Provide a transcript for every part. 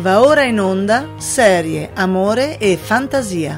Va ora in onda Serie, amore e fantasia.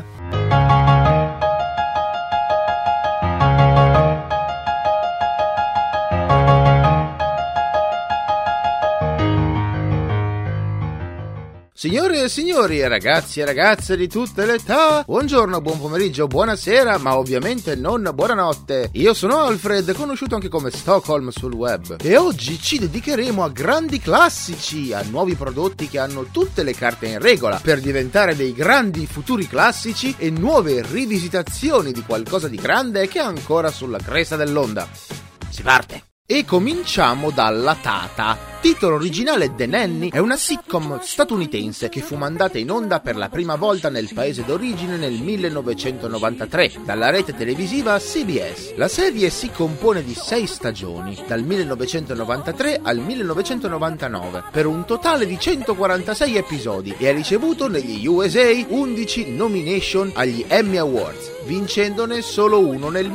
Signore e signori, ragazzi e ragazze di tutte le età, buongiorno, buon pomeriggio, buonasera, ma ovviamente non buonanotte. Io sono Alfred, conosciuto anche come Stockholm sul web, e oggi ci dedicheremo a grandi classici, a nuovi prodotti che hanno tutte le carte in regola per diventare dei grandi futuri classici e nuove rivisitazioni di qualcosa di grande che è ancora sulla cresta dell'onda. Si parte! E cominciamo dalla Tata. Titolo originale The Nanny è una sitcom statunitense che fu mandata in onda per la prima volta nel paese d'origine nel 1993 dalla rete televisiva CBS. La serie si compone di 6 stagioni, dal 1993 al 1999, per un totale di 146 episodi e ha ricevuto negli USA 11 nomination agli Emmy Awards, vincendone solo uno nel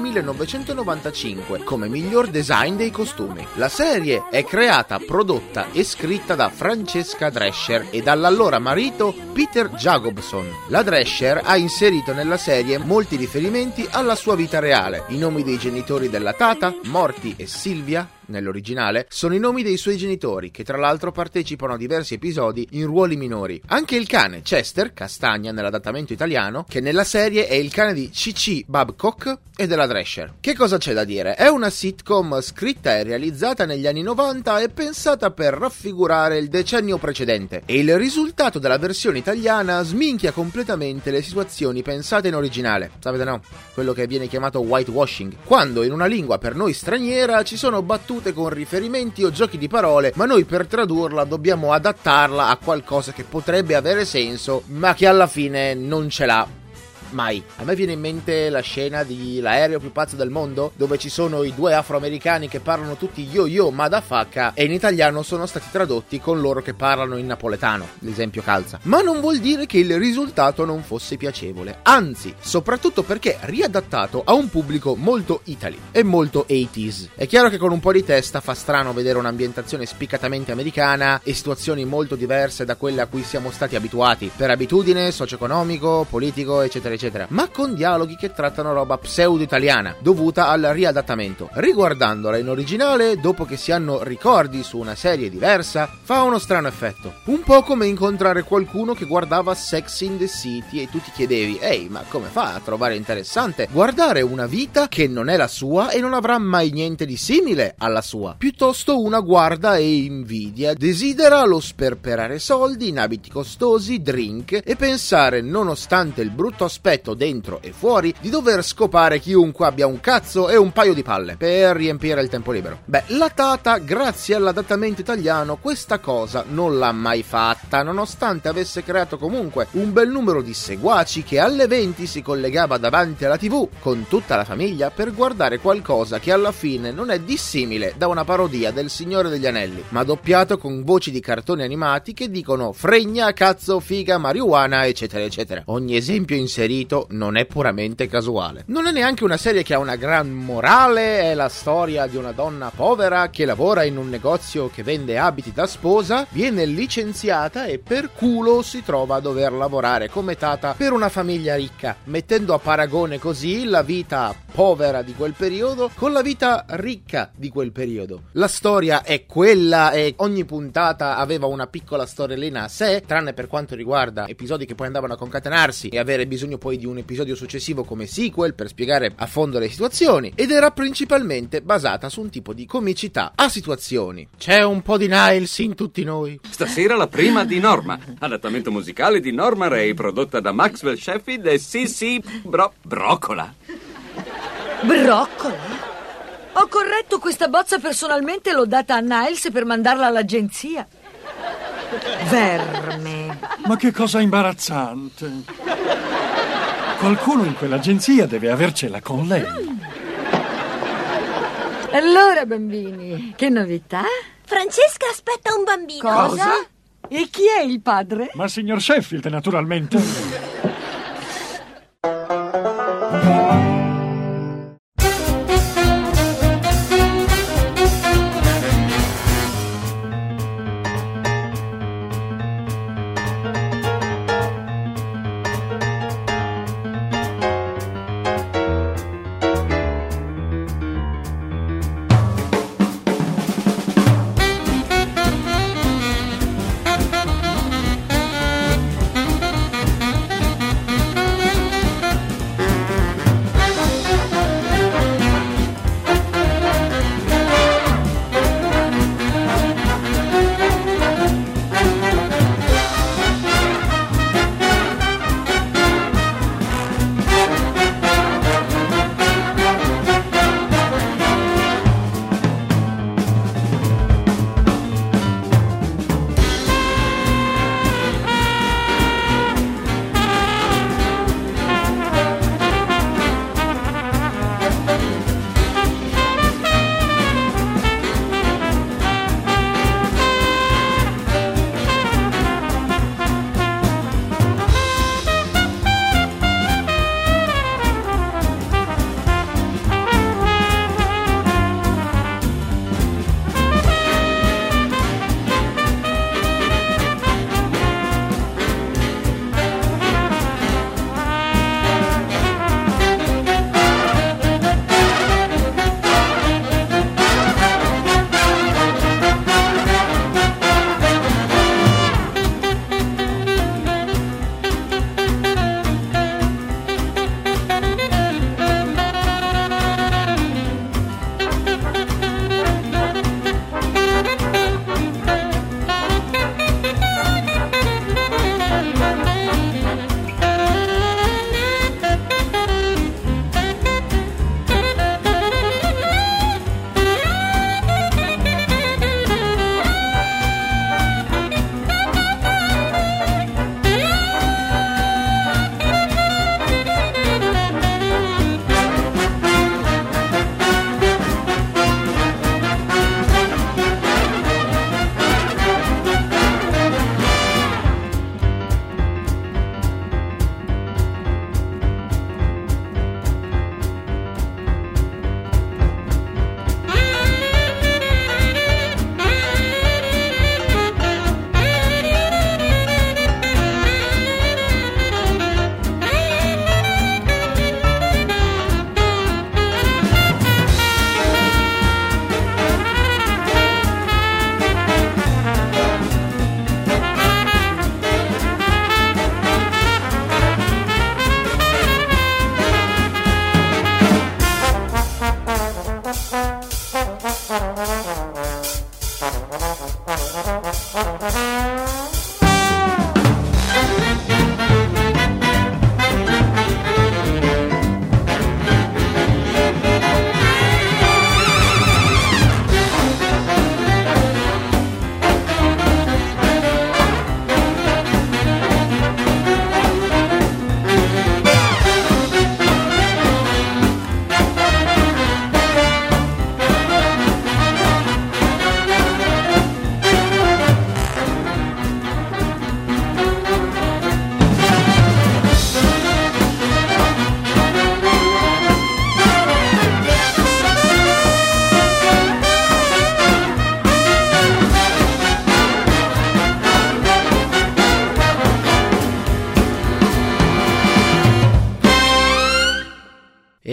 1995 come miglior design dei costumi. La serie è creata, prodotta e scritta da Francesca Drescher e dall'allora marito Peter Jacobson. La Drescher ha inserito nella serie molti riferimenti alla sua vita reale. I nomi dei genitori della Tata, Morty e Silvia, nell'originale, sono i nomi dei suoi genitori, che tra l'altro partecipano a diversi episodi in ruoli minori. Anche il cane Chester, Castagna nell'adattamento italiano, che nella serie è il cane di Cici Babcock e della Drescher. Che cosa c'è da dire? È una sitcom scritta e realizzata negli anni 90 e pensata per raffigurare il decennio precedente, e il risultato della versione italiana sminchia completamente le situazioni pensate in originale. Sapete, no? Quello che viene chiamato whitewashing, quando in una lingua per noi straniera ci sono battute con riferimenti o giochi di parole, ma noi per tradurla dobbiamo adattarla a qualcosa che potrebbe avere senso, ma che alla fine non ce l'ha. Mai. A me viene in mente la scena di L'aereo più pazzo del mondo, dove ci sono i due afroamericani che parlano tutti yo motherfucker e in italiano sono stati tradotti con loro che parlano in napoletano. L'esempio calza. Ma non vuol dire che il risultato non fosse piacevole. Anzi, soprattutto perché riadattato a un pubblico molto Italy e molto 80s. È chiaro che con un po' di testa fa strano vedere un'ambientazione spiccatamente americana e situazioni molto diverse da quelle a cui siamo stati abituati, per abitudine, socio-economico, politico, eccetera, ma con dialoghi che trattano roba pseudo-italiana, dovuta al riadattamento. Riguardandola in originale, dopo che si hanno ricordi su una serie diversa, fa uno strano effetto. Un po' come incontrare qualcuno che guardava Sex in the City e tu ti chiedevi: ehi, ma come fa a trovare interessante guardare una vita che non è la sua e non avrà mai niente di simile alla sua? Piuttosto una guarda e invidia, desidera lo sperperare soldi in abiti costosi, drink e pensare, nonostante il brutto aspetto dentro e fuori, di dover scopare chiunque abbia un cazzo e un paio di palle per riempire il tempo libero. Beh, la Tata, grazie all'adattamento italiano, questa cosa non l'ha mai fatta, nonostante avesse creato comunque un bel numero di seguaci che alle 20 si collegava davanti alla TV con tutta la famiglia per guardare qualcosa che alla fine non è dissimile da una parodia del Signore degli Anelli, ma doppiato con voci di cartoni animati che dicono fregna, cazzo, figa, marijuana, eccetera eccetera. Ogni esempio inserito non è puramente casuale. Non è neanche una serie che ha una gran morale, è la storia di una donna povera che lavora in un negozio che vende abiti da sposa, viene licenziata e per culo si trova a dover lavorare come Tata per una famiglia ricca, mettendo a paragone così la vita povera di quel periodo con la vita ricca di quel periodo. La storia è quella e ogni puntata aveva una piccola storiellina a sé, tranne per quanto riguarda episodi che poi andavano a concatenarsi e avere bisogno poi di un episodio successivo come sequel per spiegare a fondo le situazioni, ed era principalmente basata su un tipo di comicità a situazioni. C'è un po' di Niles in tutti noi. Stasera la prima di Norma, adattamento musicale di Norma Ray, prodotta da Maxwell Sheffield e Broccola. Broccola? Ho corretto questa bozza personalmente e l'ho data a Niles per mandarla all'agenzia. Verme. Ma che cosa imbarazzante. Qualcuno in quell'agenzia deve avercela con lei. Allora, bambini, che novità? Francesca aspetta un bambino. Cosa? E chi è il padre? Ma il signor Sheffield, naturalmente.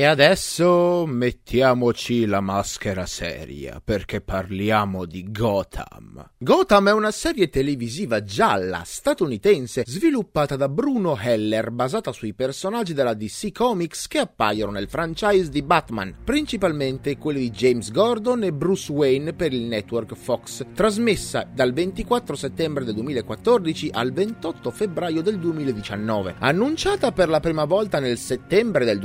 adesso mettiamoci la maschera seria, perché parliamo di Gotham. Gotham è una serie televisiva gialla statunitense sviluppata da Bruno Heller, basata sui personaggi della DC Comics che appaiono nel franchise di Batman, principalmente quelli di James Gordon e Bruce Wayne per il network Fox, trasmessa dal 24 settembre del 2014 al 28 febbraio del 2019. Annunciata per la prima volta nel settembre del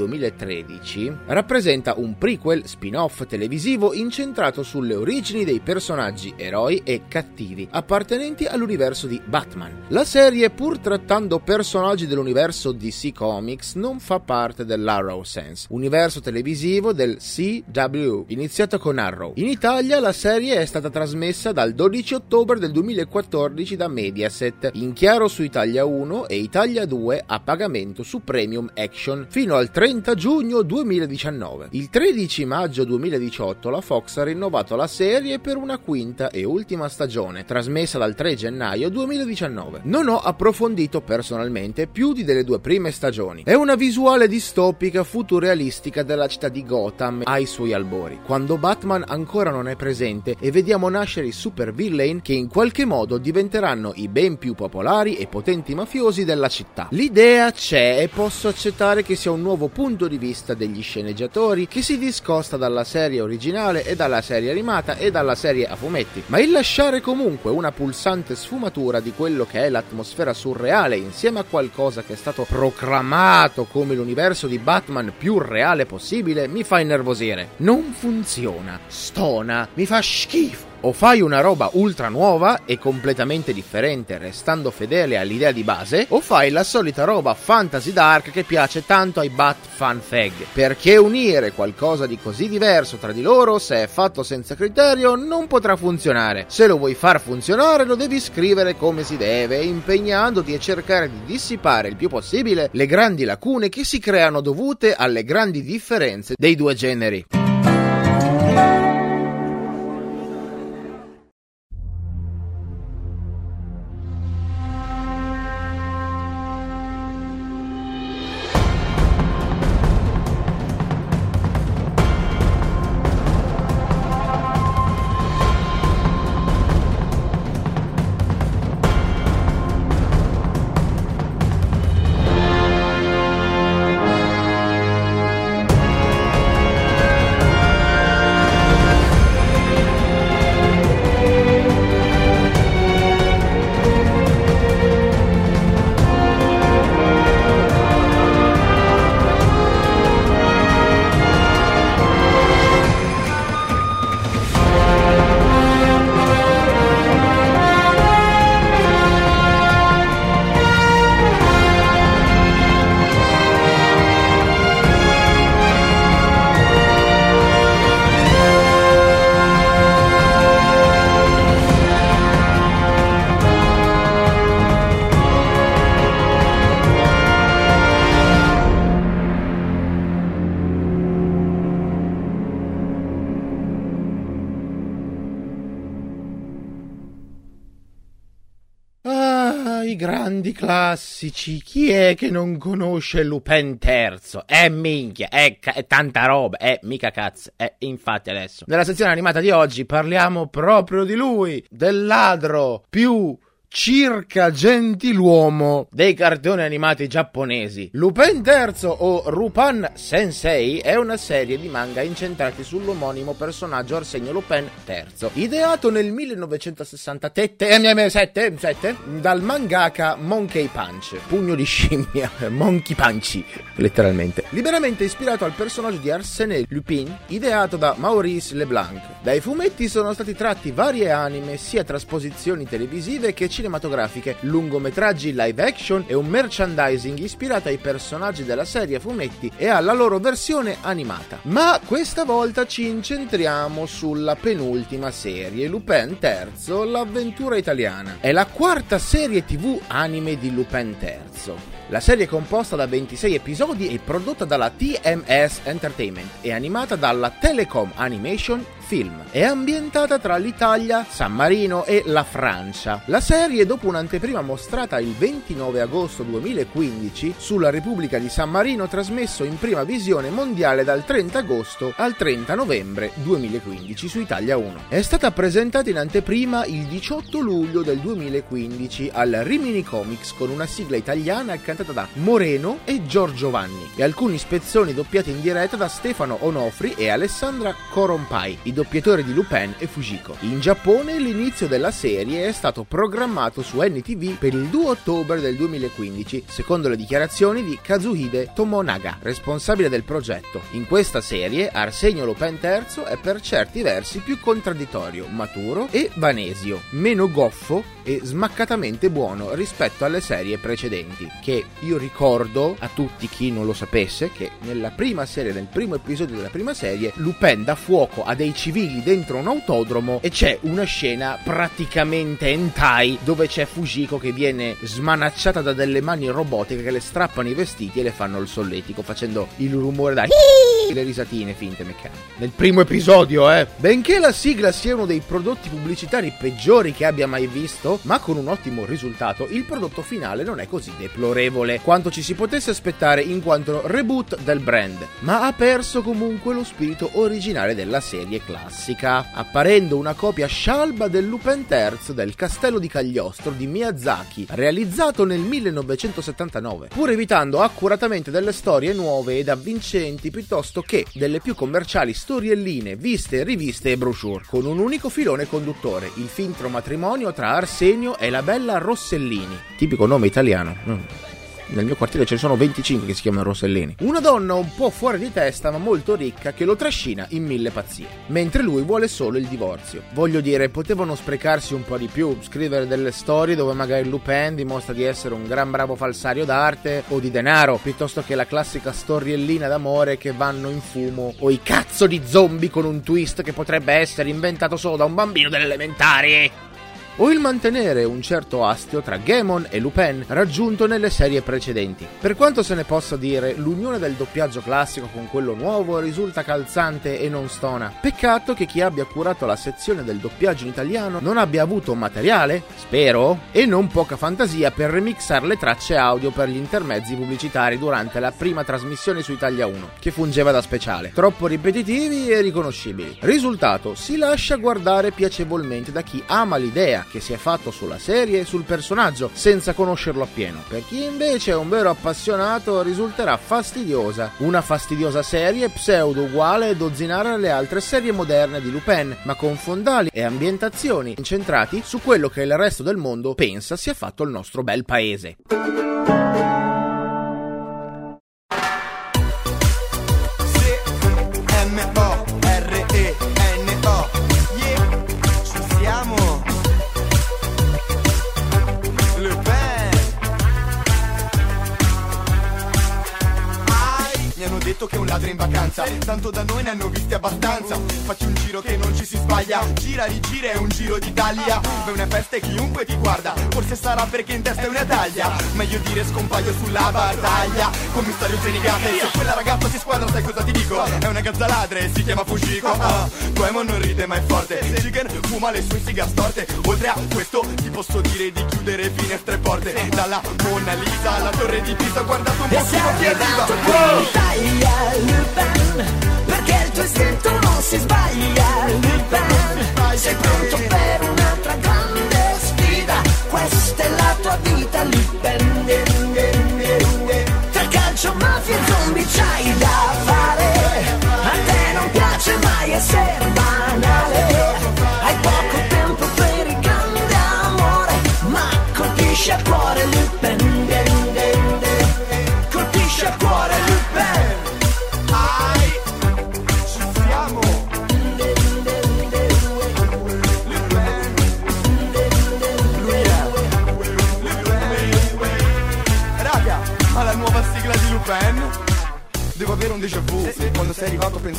2013, rappresenta un prequel spin-off televisivo incentrato sulle origini dei personaggi eroi e cattivi appartenenti all'universo di Batman. La serie, pur trattando personaggi dell'universo DC Comics, non fa parte dell'Arrowsense, universo televisivo del CW, iniziato con Arrow. In Italia la serie è stata trasmessa dal 12 ottobre del 2014 da Mediaset, in chiaro su Italia 1 e Italia 2 a pagamento su Premium Action, fino al 30 giugno 2019. Il 13 maggio 2018 la Fox ha rinnovato la serie per una quinta e ultima stagione, trasmessa dal 3 gennaio 2019. Non ho approfondito personalmente più delle due prime stagioni. È una visuale distopica futurrealistica della città di Gotham ai suoi albori, quando Batman ancora non è presente, e vediamo nascere i super villain che in qualche modo diventeranno i ben più popolari e potenti mafiosi della città. L'idea c'è e posso accettare che sia un nuovo punto di vista degli sceneggiatori che si discosta dalla serie originale e dalla serie animata e dalla serie a fumetti, ma il lasciare comunque una pulsante sfumatura di quello che è l'atmosfera surreale insieme a qualcosa che è stato proclamato come l'universo di Batman più reale possibile mi fa innervosire. Non funziona, stona, mi fa schifo. O fai una roba ultra nuova e completamente differente restando fedele all'idea di base, o fai la solita roba fantasy dark che piace tanto ai Bat fan fag. Perché unire qualcosa di così diverso tra di loro, se è fatto senza criterio, non potrà funzionare. Se lo vuoi far funzionare lo devi scrivere come si deve, impegnandoti a cercare di dissipare il più possibile le grandi lacune che si creano dovute alle grandi differenze dei due generi. I grandi classici, chi è che non conosce Lupin III? Minchia, è tanta roba, mica cazzo, infatti adesso. Nella sezione animata di oggi parliamo proprio di lui, del ladro più circa gentiluomo dei cartoni animati giapponesi. Lupin III o Rupan Sensei è una serie di manga incentrati sull'omonimo personaggio Arsenio Lupin III, ideato nel 1967 dal mangaka Monkey Punch, pugno di scimmia, Monkey Punchy, letteralmente, liberamente ispirato al personaggio di Arsène Lupin, ideato da Maurice Leblanc. Dai fumetti sono stati tratti varie anime, sia trasposizioni televisive che cinematografiche, lungometraggi live action e un merchandising ispirato ai personaggi della serie a fumetti e alla loro versione animata. Ma questa volta ci incentriamo sulla penultima serie, Lupin III, l'avventura italiana. È la quarta serie TV anime di Lupin III. La serie è composta da 26 episodi e prodotta dalla TMS Entertainment e animata dalla Telecom Animation Film. È ambientata tra l'Italia, San Marino e la Francia. La serie, dopo un'anteprima mostrata il 29 agosto 2015 sulla Repubblica di San Marino, trasmesso in prima visione mondiale dal 30 agosto al 30 novembre 2015 su Italia 1. È stata presentata in anteprima il 18 luglio del 2015 al Rimini Comics con una sigla italiana cantata da Moreno e Giorgio Vanni e alcuni spezzoni doppiati in diretta da Stefano Onofri e Alessandra Corompai, i doppiatori di Lupin e Fujiko. In Giappone l'inizio della serie è stato programmato su NTV per il 2 ottobre del 2015, secondo le dichiarazioni di Kazuhide Tomonaga, responsabile del progetto. In questa serie Arsenio Lupin III è per certi versi più contraddittorio, maturo e vanesio, meno goffo e smaccatamente buono rispetto alle serie precedenti, che io ricordo a tutti chi non lo sapesse che nella prima serie, nel primo episodio della prima serie, Lupin dà fuoco a dei civili dentro un autodromo e c'è una scena praticamente hentai dove c'è Fujiko che viene smanacciata da delle mani robotiche che le strappano i vestiti e le fanno il solletico facendo il rumore da le risatine finte meccaniche. Nel primo episodio, benché la sigla sia uno dei prodotti pubblicitari peggiori che abbia mai visto, ma con un ottimo risultato, il prodotto finale non è così deplorevole quanto ci si potesse aspettare in quanto reboot del brand, ma ha perso comunque lo spirito originale della serie classica, apparendo una copia scialba del Lupin III del Castello di Cagliostro di Miyazaki, realizzato nel 1979, pur evitando accuratamente delle storie nuove ed avvincenti piuttosto che delle più commerciali storielline viste, riviste e brochure, con un unico filone conduttore, il finto matrimonio tra Arsenio e la bella Rossellini, tipico nome italiano. Nel mio quartiere ce ne sono 25 che si chiamano Rossellini. Una donna un po' fuori di testa ma molto ricca che lo trascina in mille pazzie, mentre lui vuole solo il divorzio. Voglio dire, potevano sprecarsi un po' di più, scrivere delle storie dove magari Lupin dimostra di essere un gran bravo falsario d'arte o di denaro, piuttosto che la classica storiellina d'amore che vanno in fumo, o i cazzo di zombie con un twist che potrebbe essere inventato solo da un bambino delle elementari. O il mantenere un certo astio tra Gaemon e Lupin raggiunto nelle serie precedenti. Per quanto se ne possa dire, l'unione del doppiaggio classico con quello nuovo risulta calzante e non stona. Peccato che chi abbia curato la sezione del doppiaggio in italiano non abbia avuto materiale, spero, e non poca fantasia per remixare le tracce audio per gli intermezzi pubblicitari durante la prima trasmissione su Italia 1, che fungeva da speciale. Troppo ripetitivi e riconoscibili. Risultato, si lascia guardare piacevolmente da chi ama l'idea che si è fatto sulla serie e sul personaggio senza conoscerlo appieno. Per chi invece è un vero appassionato risulterà fastidiosa, una fastidiosa serie pseudo uguale e dozzinare alle altre serie moderne di Lupin, ma con fondali e ambientazioni incentrati su quello che il resto del mondo pensa sia fatto il nostro bel paese. Che un ladro in vacanza, tanto da noi ne hanno visti abbastanza. Facci un giro che non ci si sbaglia, gira rigira è un giro d'Italia. È una festa e chiunque ti guarda, forse sarà perché in testa è una taglia. Meglio dire scompaio sulla battaglia, commissario Zenigate. Se quella ragazza si squadra sai cosa ti dico? È una gazza ladra e si chiama Fujiko. Goemon non ride ma è forte, Jigen fuma le sue siga storte. Oltre a questo ti posso dire di chiudere finestre e porte. Dalla Mona Lisa alla torre di Pisa, guardate un po' chi arriva. Lupin, perché il tuo istinto non si sbaglia. Lupin, sei pronto per un'altra grande sfida. Questa è la tua vita, Lupin. Tra calcio, mafia e zombie c'hai da fare. A te non piace mai essere banale. Hai poco tempo per il grande amore, ma colpisce a cuore Lupin. Colpisce a cuore Lupin.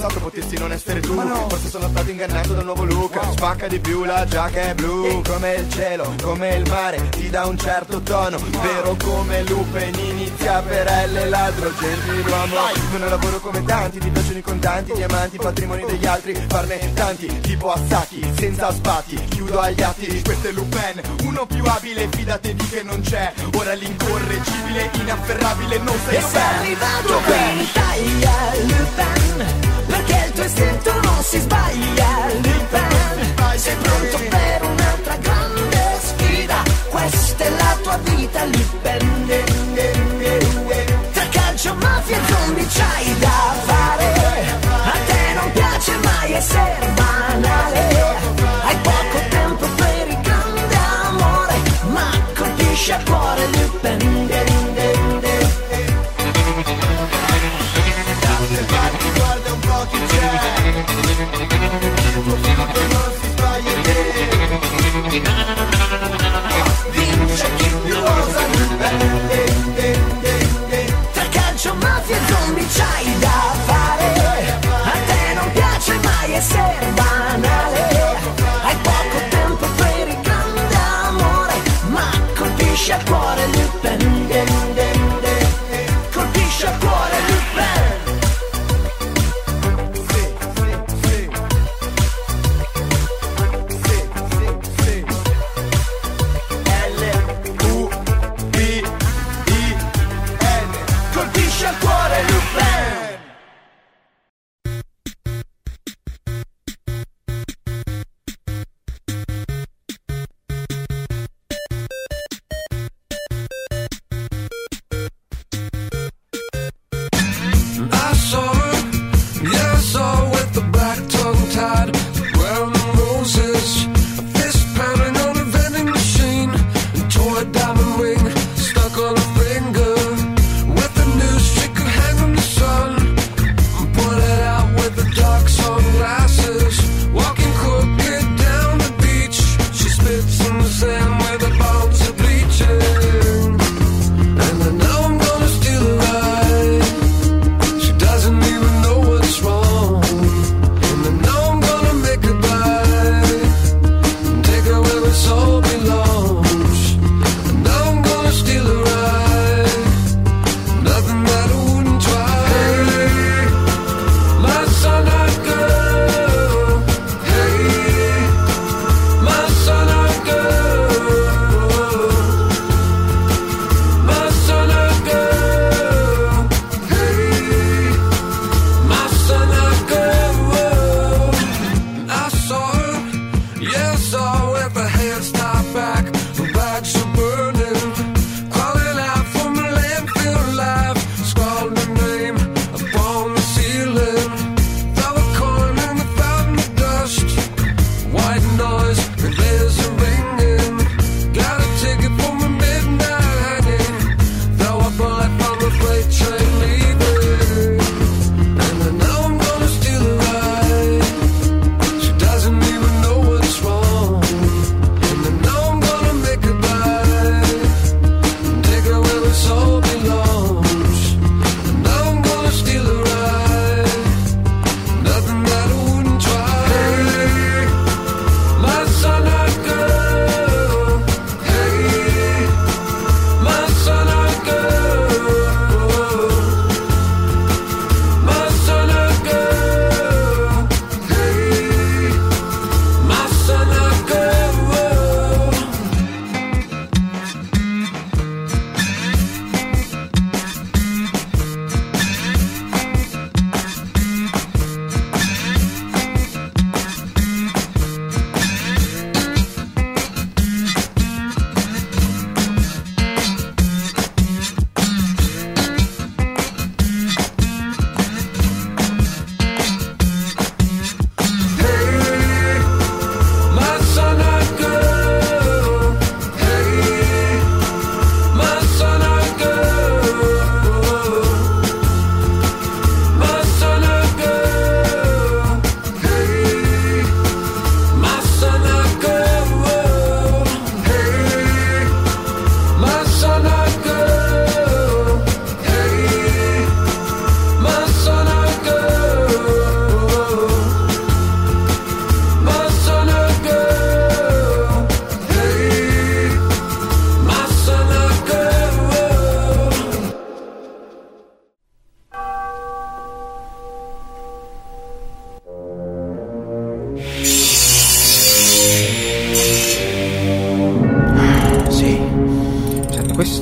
passato potessi non essere tu. Forse sono stato ingannato dal nuovo look. Spacca di più, la giacca è blu. Come il cielo, come il mare, ti dà un certo tono. Vero come Lupin, inizia per L ladro, gentiluomo. Non ho lavoro come tanti, ti piacciono i contanti, diamanti, patrimoni degli altri, farne tanti, tipo a sacchi, senza sbatti. Chiudo agli atti, questo è Lupin, uno più abile, fidate di che non c'è. Ora l'incorreggibile, inafferrabile, non sei. E sei arrivato qui in Italia, Lupin, perché il tuo istinto non si sbaglia, Lupin. Sei pronto per un'altra grande sfida, questa è la tua vita, Lupin. Tra calcio, mafia e zombie c'hai da fare, a te non piace mai essere banale. Hai poco tempo per il grande amore, ma colpisce a cuore, Lupin. Guarda un po' chi c'è.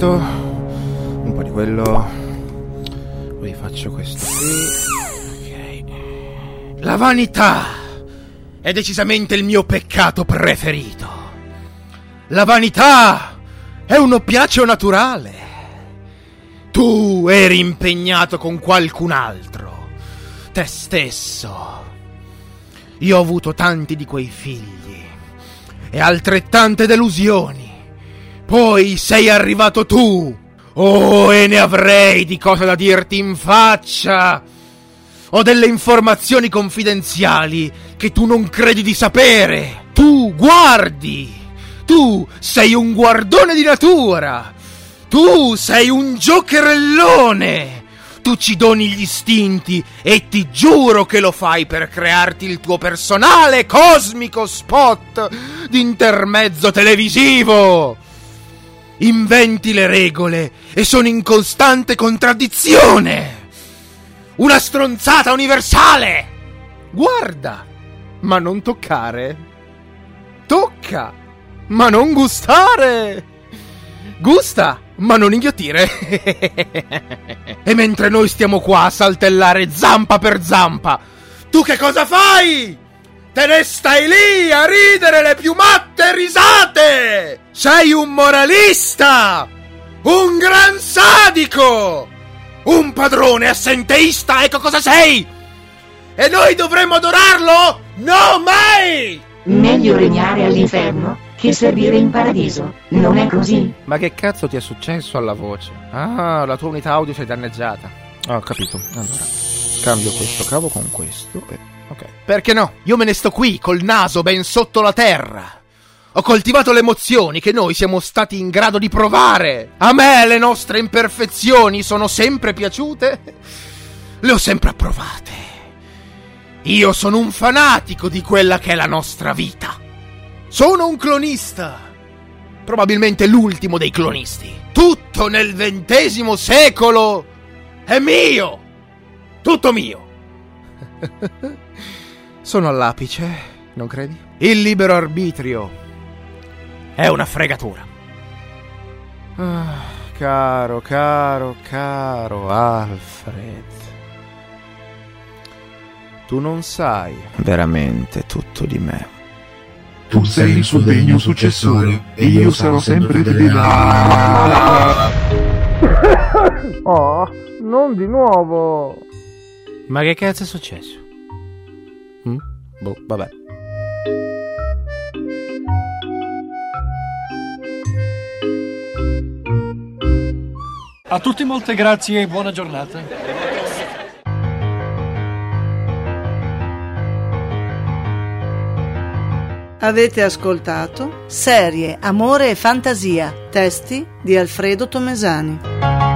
questo, un po' di quello, poi faccio questo qui. Ok. La vanità è decisamente il mio peccato preferito. La vanità è un oppiaceo naturale. Tu eri impegnato con qualcun altro, te stesso. Io ho avuto tanti di quei figli e altrettante delusioni. Poi sei arrivato tu. Oh, e ne avrei di cose da dirti in faccia. Ho delle informazioni confidenziali che tu non credi di sapere. Tu guardi. Tu sei un guardone di natura. Tu sei un giocherellone. Tu ci doni gli istinti e ti giuro che lo fai per crearti il tuo personale cosmico spot di intermezzo televisivo. Inventi le regole e sono in costante contraddizione. Una stronzata universale. Guarda, ma non toccare. Tocca, ma non gustare. Gusta, ma non inghiottire. E mentre noi stiamo qua a saltellare zampa per zampa, tu che cosa fai? Te ne stai lì a ridere le più matte risate! Sei un moralista! Un gran sadico! Un padrone assenteista, ecco cosa sei! E noi dovremmo adorarlo? No, mai! Meglio regnare all'inferno che servire in paradiso, non è così? Ma che cazzo ti è successo alla voce? Ah, la tua unità audio si è danneggiata. Ho capito. Allora, cambio questo cavo con questo. Ok. Perché no? Io me ne sto qui, col naso ben sotto la terra. Ho coltivato le emozioni che noi siamo stati in grado di provare. A me le nostre imperfezioni sono sempre piaciute. Le ho sempre approvate. Io sono un fanatico di quella che è la nostra vita. Sono un clonista. Probabilmente l'ultimo dei clonisti. Tutto nel XX secolo è mio. Tutto mio. Sono all'apice, non credi? Il libero arbitrio è una fregatura. Caro Alfred, tu non sai veramente tutto di me. Tu sei il suo degno successore e io sarò sempre fedele. Oh, non di nuovo. Ma che cazzo è successo? Boh, vabbè. A tutti molte grazie e buona giornata. Avete ascoltato Serie, amore e fantasia, testi di Alfredo Tomesani.